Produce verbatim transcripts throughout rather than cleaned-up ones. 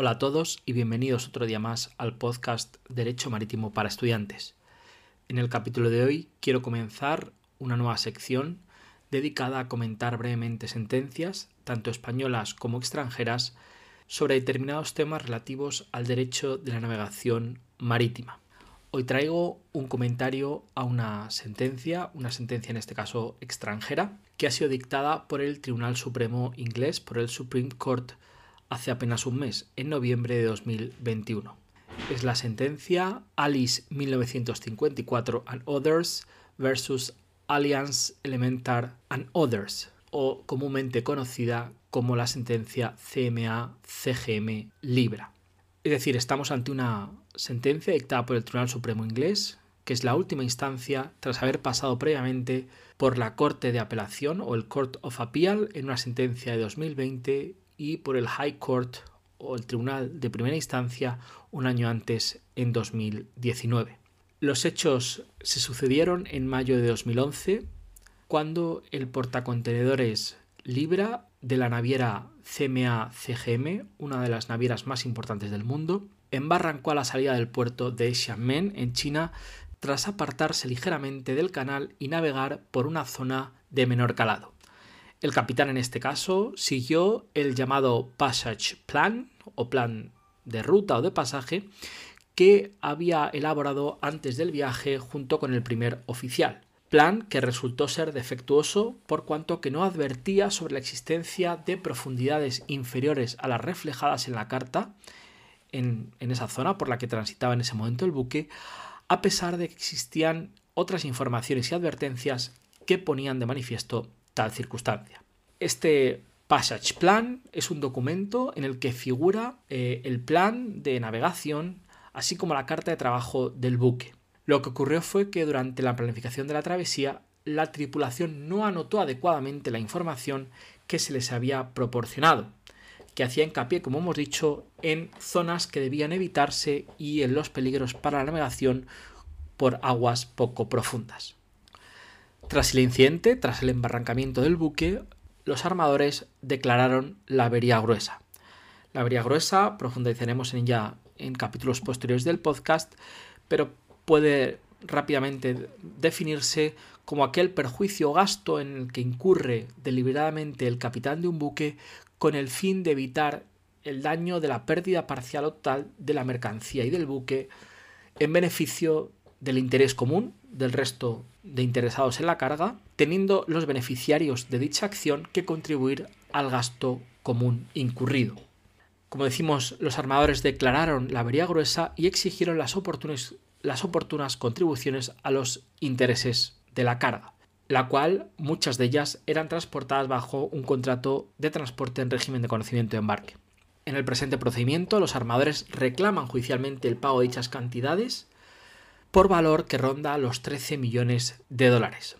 Hola a todos y bienvenidos otro día más al podcast Derecho Marítimo para Estudiantes. En el capítulo de hoy quiero comenzar una nueva sección dedicada a comentar brevemente sentencias, tanto españolas como extranjeras, sobre determinados temas relativos al derecho de la navegación marítima. Hoy traigo un comentario a una sentencia, una sentencia en este caso extranjera, que ha sido dictada por el Tribunal Supremo inglés, por el Supreme Court, hace apenas un mes, en noviembre de dos mil veintiuno. Es la sentencia Alice mil novecientos cincuenta y cuatro and Others versus Alliance Elementar and Others, o comúnmente conocida como la sentencia C M A C G M Libra. Es decir, estamos ante una sentencia dictada por el Tribunal Supremo inglés, que es la última instancia tras haber pasado previamente por la Corte de Apelación o el Court of Appeal en una sentencia de dos mil veinte y por el High Court o el Tribunal de Primera Instancia un año antes, en dos mil diecinueve. Los hechos se sucedieron en mayo de dos mil once, cuando el portacontenedores Libra de la naviera C M A C G M, una de las navieras más importantes del mundo, embarrancó a la salida del puerto de Xiamen, en China, tras apartarse ligeramente del canal y navegar por una zona de menor calado. El capitán en este caso siguió el llamado Passage Plan o plan de ruta o de pasaje que había elaborado antes del viaje junto con el primer oficial. Plan que resultó ser defectuoso por cuanto que no advertía sobre la existencia de profundidades inferiores a las reflejadas en la carta en, en esa zona por la que transitaba en ese momento el buque, a pesar de que existían otras informaciones y advertencias que ponían de manifiesto tal circunstancia. Este Passage Plan es un documento en el que figura eh, el plan de navegación, así como la carta de trabajo del buque. Lo que ocurrió fue que durante la planificación de la travesía, la tripulación no anotó adecuadamente la información que se les había proporcionado, que hacía hincapié, como hemos dicho, en zonas que debían evitarse y en los peligros para la navegación por aguas poco profundas. Tras el incidente, tras el embarrancamiento del buque, los armadores declararon la avería gruesa. La avería gruesa, profundizaremos en ella en capítulos posteriores del podcast, pero puede rápidamente definirse como aquel perjuicio o gasto en el que incurre deliberadamente el capitán de un buque con el fin de evitar el daño de la pérdida parcial o total de la mercancía y del buque en beneficio del interés común del resto de interesados en la carga, teniendo los beneficiarios de dicha acción que contribuir al gasto común incurrido. Como decimos, los armadores declararon la avería gruesa y exigieron las oportunas, las oportunas contribuciones a los intereses de la carga, la cual muchas de ellas eran transportadas bajo un contrato de transporte en régimen de conocimiento de embarque. En el presente procedimiento, los armadores reclaman judicialmente el pago de dichas cantidades por valor que ronda los trece millones de dólares.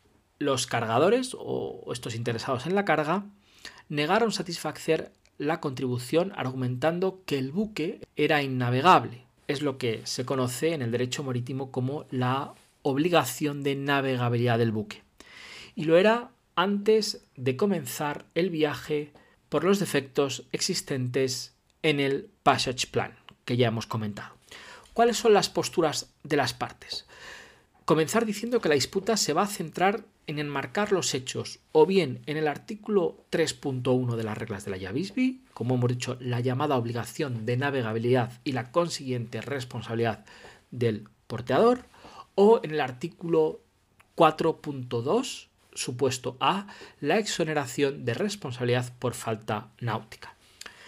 Los cargadores, o estos interesados en la carga, negaron satisfacer la contribución argumentando que el buque era innavegable. Es lo que se conoce en el derecho marítimo como la obligación de navegabilidad del buque. Y lo era antes de comenzar el viaje por los defectos existentes en el Passage Plan, que ya hemos comentado. ¿Cuáles son las posturas de las partes? Comenzar diciendo que la disputa se va a centrar en enmarcar los hechos o bien en el artículo tres punto uno de las reglas de la Yavisby, como hemos dicho, la llamada obligación de navegabilidad y la consiguiente responsabilidad del porteador, o en el artículo cuatro punto dos, supuesto A, la exoneración de responsabilidad por falta náutica.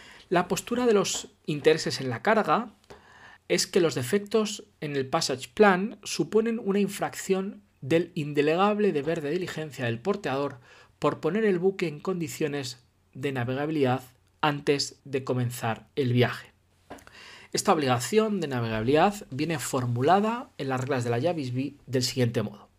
La postura de los intereses en la carga es que los defectos en el Passage Plan suponen una infracción del indelegable deber de diligencia del porteador por poner el buque en condiciones de navegabilidad antes de comenzar el viaje. Esta obligación de navegabilidad viene formulada en las reglas de la Yavisby del siguiente modo.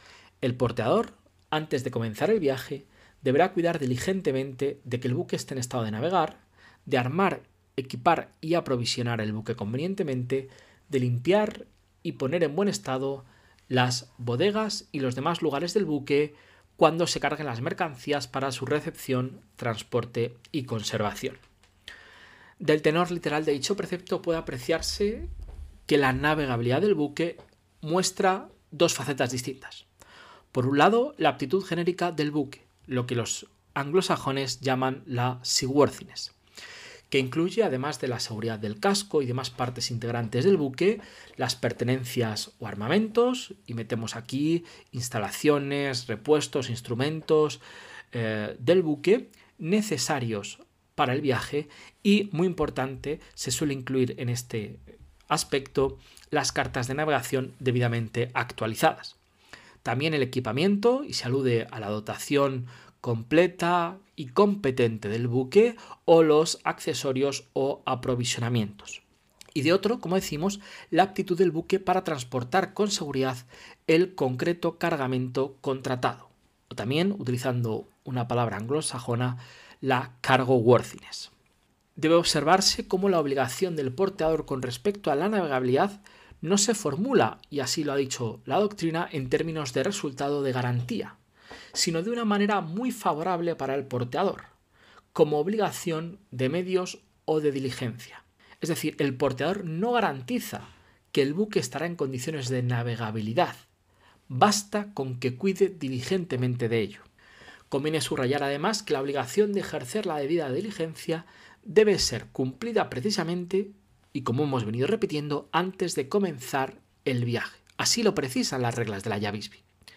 El porteador, antes de comenzar el viaje, deberá cuidar diligentemente de que el buque esté en estado de navegar, de armar, equipar y aprovisionar el buque convenientemente, de limpiar y poner en buen estado las bodegas y los demás lugares del buque cuando se carguen las mercancías para su recepción, transporte y conservación. Del tenor literal de dicho precepto puede apreciarse que la navegabilidad del buque muestra dos facetas distintas. Por un lado, la aptitud genérica del buque, lo que los anglosajones llaman la seaworthiness, que incluye, además de la seguridad del casco y demás partes integrantes del buque, las pertenencias o armamentos, y metemos aquí instalaciones, repuestos, instrumentos eh, del buque necesarios para el viaje, y, muy importante, se suele incluir en este aspecto las cartas de navegación debidamente actualizadas. También el equipamiento, y se alude a la dotación completa y competente del buque, o los accesorios o aprovisionamientos. Y de otro, como decimos, la aptitud del buque para transportar con seguridad el concreto cargamento contratado, o también, utilizando una palabra anglosajona, la cargo worthiness. Debe observarse cómo la obligación del porteador con respecto a la navegabilidad no se formula, y así lo ha dicho la doctrina, en términos de resultado de garantía, sino de una manera muy favorable para el porteador, como obligación de medios o de diligencia. Es decir, el porteador no garantiza que el buque estará en condiciones de navegabilidad, basta con que cuide diligentemente de ello. Conviene subrayar además que la obligación de ejercer la debida diligencia debe ser cumplida precisamente, y como hemos venido repitiendo, antes de comenzar el viaje. Así lo precisan las reglas de la Yavisby.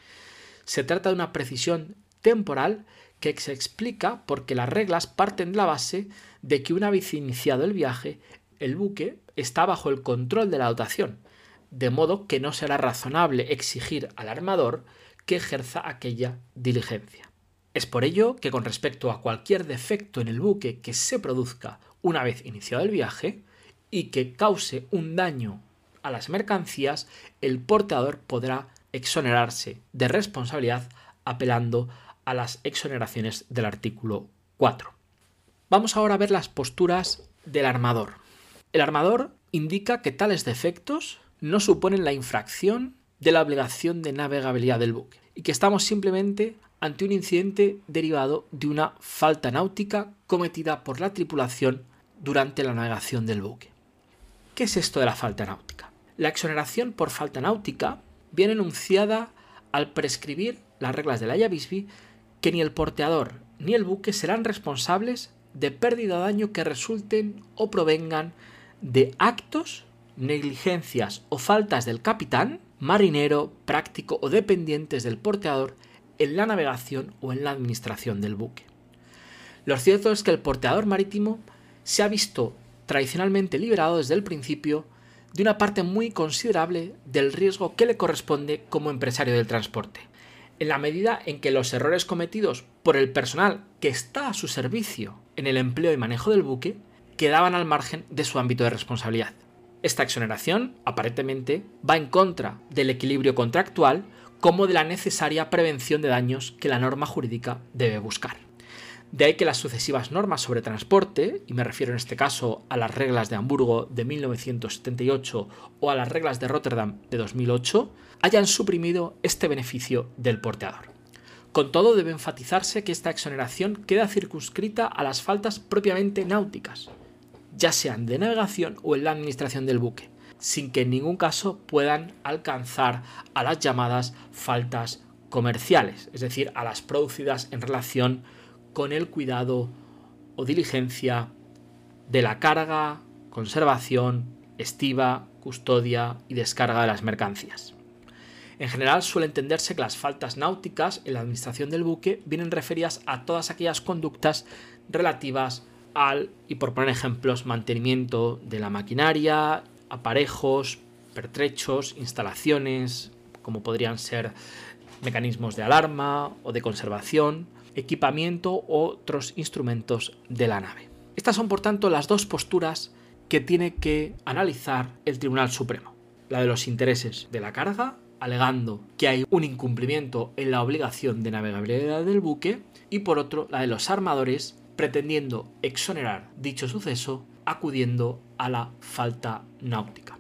Se trata de una precisión temporal que se explica porque las reglas parten de la base de que una vez iniciado el viaje, el buque está bajo el control de la dotación, de modo que no será razonable exigir al armador que ejerza aquella diligencia. Es por ello que, con respecto a cualquier defecto en el buque que se produzca una vez iniciado el viaje y que cause un daño a las mercancías, el porteador podrá exonerarse de responsabilidad apelando a las exoneraciones del artículo cuatro. Vamos ahora a ver las posturas del armador. El armador indica que tales defectos no suponen la infracción de la obligación de navegabilidad del buque y que estamos simplemente ante un incidente derivado de una falta náutica cometida por la tripulación durante la navegación del buque. ¿Qué es esto de la falta náutica? La exoneración por falta náutica viene enunciada al prescribir las reglas de la Yavisby que ni el porteador ni el buque serán responsables de pérdida o daño que resulten o provengan de actos, negligencias o faltas del capitán, marinero, práctico o dependientes del porteador en la navegación o en la administración del buque. Lo cierto es que el porteador marítimo se ha visto tradicionalmente liberado desde el principio de una parte muy considerable del riesgo que le corresponde como empresario del transporte, en la medida en que los errores cometidos por el personal que está a su servicio en el empleo y manejo del buque quedaban al margen de su ámbito de responsabilidad. Esta exoneración, aparentemente, va en contra del equilibrio contractual como de la necesaria prevención de daños que la norma jurídica debe buscar. De ahí que las sucesivas normas sobre transporte, y me refiero en este caso a las reglas de Hamburgo de mil novecientos setenta y ocho o a las reglas de Rotterdam de dos mil ocho, hayan suprimido este beneficio del porteador. Con todo, debe enfatizarse que esta exoneración queda circunscrita a las faltas propiamente náuticas, ya sean de navegación o en la administración del buque, sin que en ningún caso puedan alcanzar a las llamadas faltas comerciales, es decir, a las producidas en relación con el cuidado o diligencia de la carga, conservación, estiva, custodia y descarga de las mercancías. En general suele entenderse que las faltas náuticas en la administración del buque vienen referidas a todas aquellas conductas relativas al, y por poner ejemplos, mantenimiento de la maquinaria, aparejos, pertrechos, instalaciones, como podrían ser mecanismos de alarma o de conservación, equipamiento u otros instrumentos de la nave. Estas son, por tanto, las dos posturas que tiene que analizar el Tribunal Supremo. La de los intereses de la carga, alegando que hay un incumplimiento en la obligación de navegabilidad del buque, y por otro, la de los armadores, pretendiendo exonerar dicho suceso, acudiendo a la falta náutica.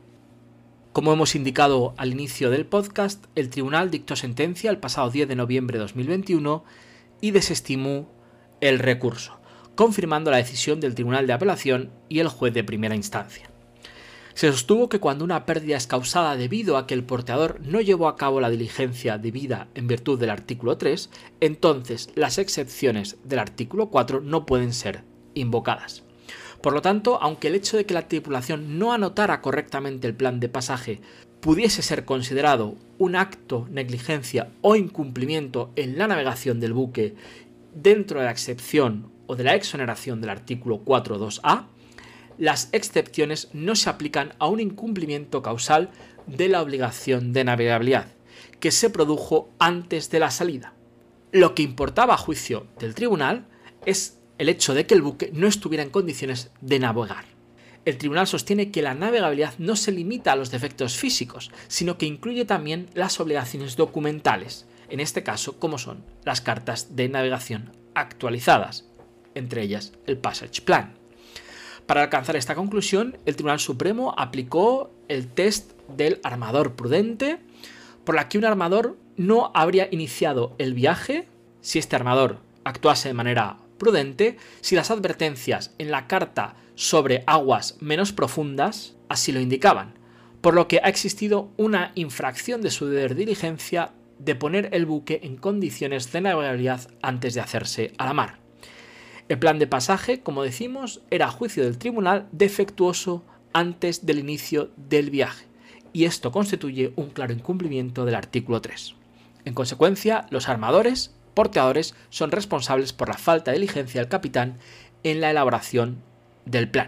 Como hemos indicado al inicio del podcast, el tribunal dictó sentencia el pasado diez de noviembre de dos mil veintiuno y desestimó el recurso. confirmando la decisión del Tribunal de Apelación y el juez de primera instancia. Se sostuvo que cuando una pérdida es causada debido a que el porteador no llevó a cabo la diligencia debida en virtud del artículo tres, entonces las excepciones del artículo cuatro no pueden ser invocadas. Por lo tanto, aunque el hecho de que la tripulación no anotara correctamente el plan de pasaje pudiese ser considerado un acto, negligencia o incumplimiento en la navegación del buque dentro de la excepción o de la exoneración del artículo cuatro punto dos a, las excepciones no se aplican a un incumplimiento causal de la obligación de navegabilidad, que se produjo antes de la salida. Lo que importaba a juicio del tribunal es el hecho de que el buque no estuviera en condiciones de navegar. El tribunal sostiene que la navegabilidad no se limita a los defectos físicos, sino que incluye también las obligaciones documentales, en este caso como son las cartas de navegación actualizadas, entre ellas el Passage Plan. Para alcanzar esta conclusión, el Tribunal Supremo aplicó el test del armador prudente, por la que un armador no habría iniciado el viaje si este armador actuase de manera prudente, si las advertencias en la carta sobre aguas menos profundas así lo indicaban, por lo que ha existido una infracción de su deber de diligencia de poner el buque en condiciones de navegabilidad antes de hacerse a la mar. El plan de pasaje, como decimos, era a juicio del tribunal defectuoso antes del inicio del viaje, y esto constituye un claro incumplimiento del artículo tres. En consecuencia, los armadores, porteadores, son responsables por la falta de diligencia del capitán en la elaboración del plan.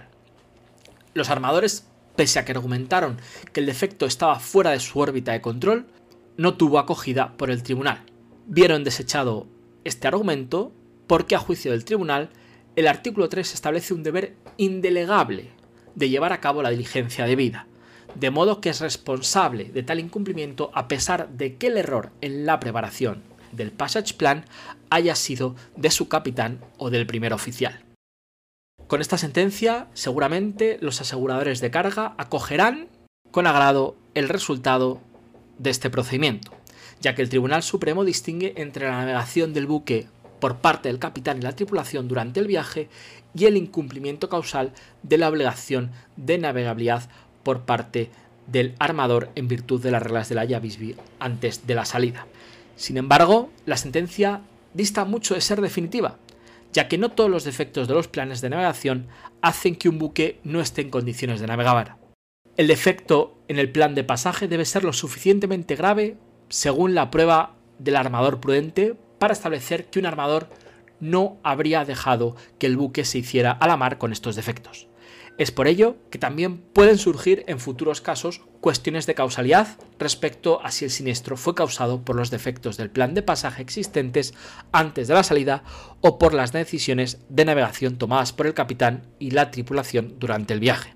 Los armadores, pese a que argumentaron que el defecto estaba fuera de su órbita de control, no tuvo acogida por el tribunal. Vieron desechado este argumento porque a juicio del tribunal el artículo tres establece un deber indelegable de llevar a cabo la diligencia debida, de modo que es responsable de tal incumplimiento a pesar de que el error en la preparación del Passage Plan haya sido de su capitán o del primer oficial. Con esta sentencia, seguramente los aseguradores de carga acogerán con agrado el resultado de este procedimiento, ya que el Tribunal Supremo distingue entre la navegación del buque por parte del capitán y la tripulación durante el viaje y el incumplimiento causal de la obligación de navegabilidad por parte del armador en virtud de las reglas de la Haya Bisbee antes de la salida. Sin embargo, la sentencia dista mucho de ser definitiva, ya que no todos los defectos de los planes de navegación hacen que un buque no esté en condiciones de navegar. El defecto en el plan de pasaje debe ser lo suficientemente grave, según la prueba del armador prudente, para establecer que un armador no habría dejado que el buque se hiciera a la mar con estos defectos. Es por ello que también pueden surgir en futuros casos cuestiones de causalidad respecto a si el siniestro fue causado por los defectos del plan de pasaje existentes antes de la salida o por las decisiones de navegación tomadas por el capitán y la tripulación durante el viaje.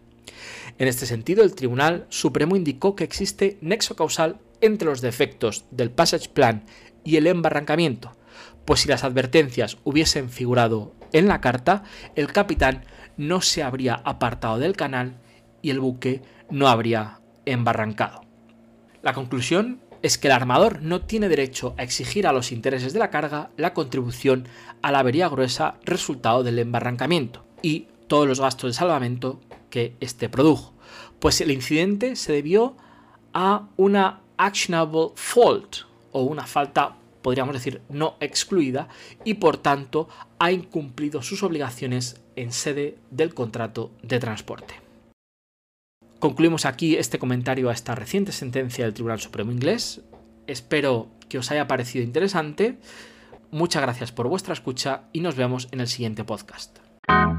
En este sentido, el Tribunal Supremo indicó que existe nexo causal entre los defectos del Passage Plan y el embarrancamiento, pues si las advertencias hubiesen figurado en la carta, el capitán no se habría apartado del canal y el buque no habría embarrancado. La conclusión es que el armador no tiene derecho a exigir a los intereses de la carga la contribución a la avería gruesa resultado del embarrancamiento y todos los gastos de salvamento que éste produjo, pues el incidente se debió a una actionable fault, o una falta, podríamos decir, no excluida, y por tanto ha incumplido sus obligaciones en sede del contrato de transporte. Concluimos aquí este comentario a esta reciente sentencia del Tribunal Supremo inglés. Espero que os haya parecido interesante. Muchas gracias por vuestra escucha y nos vemos en el siguiente podcast.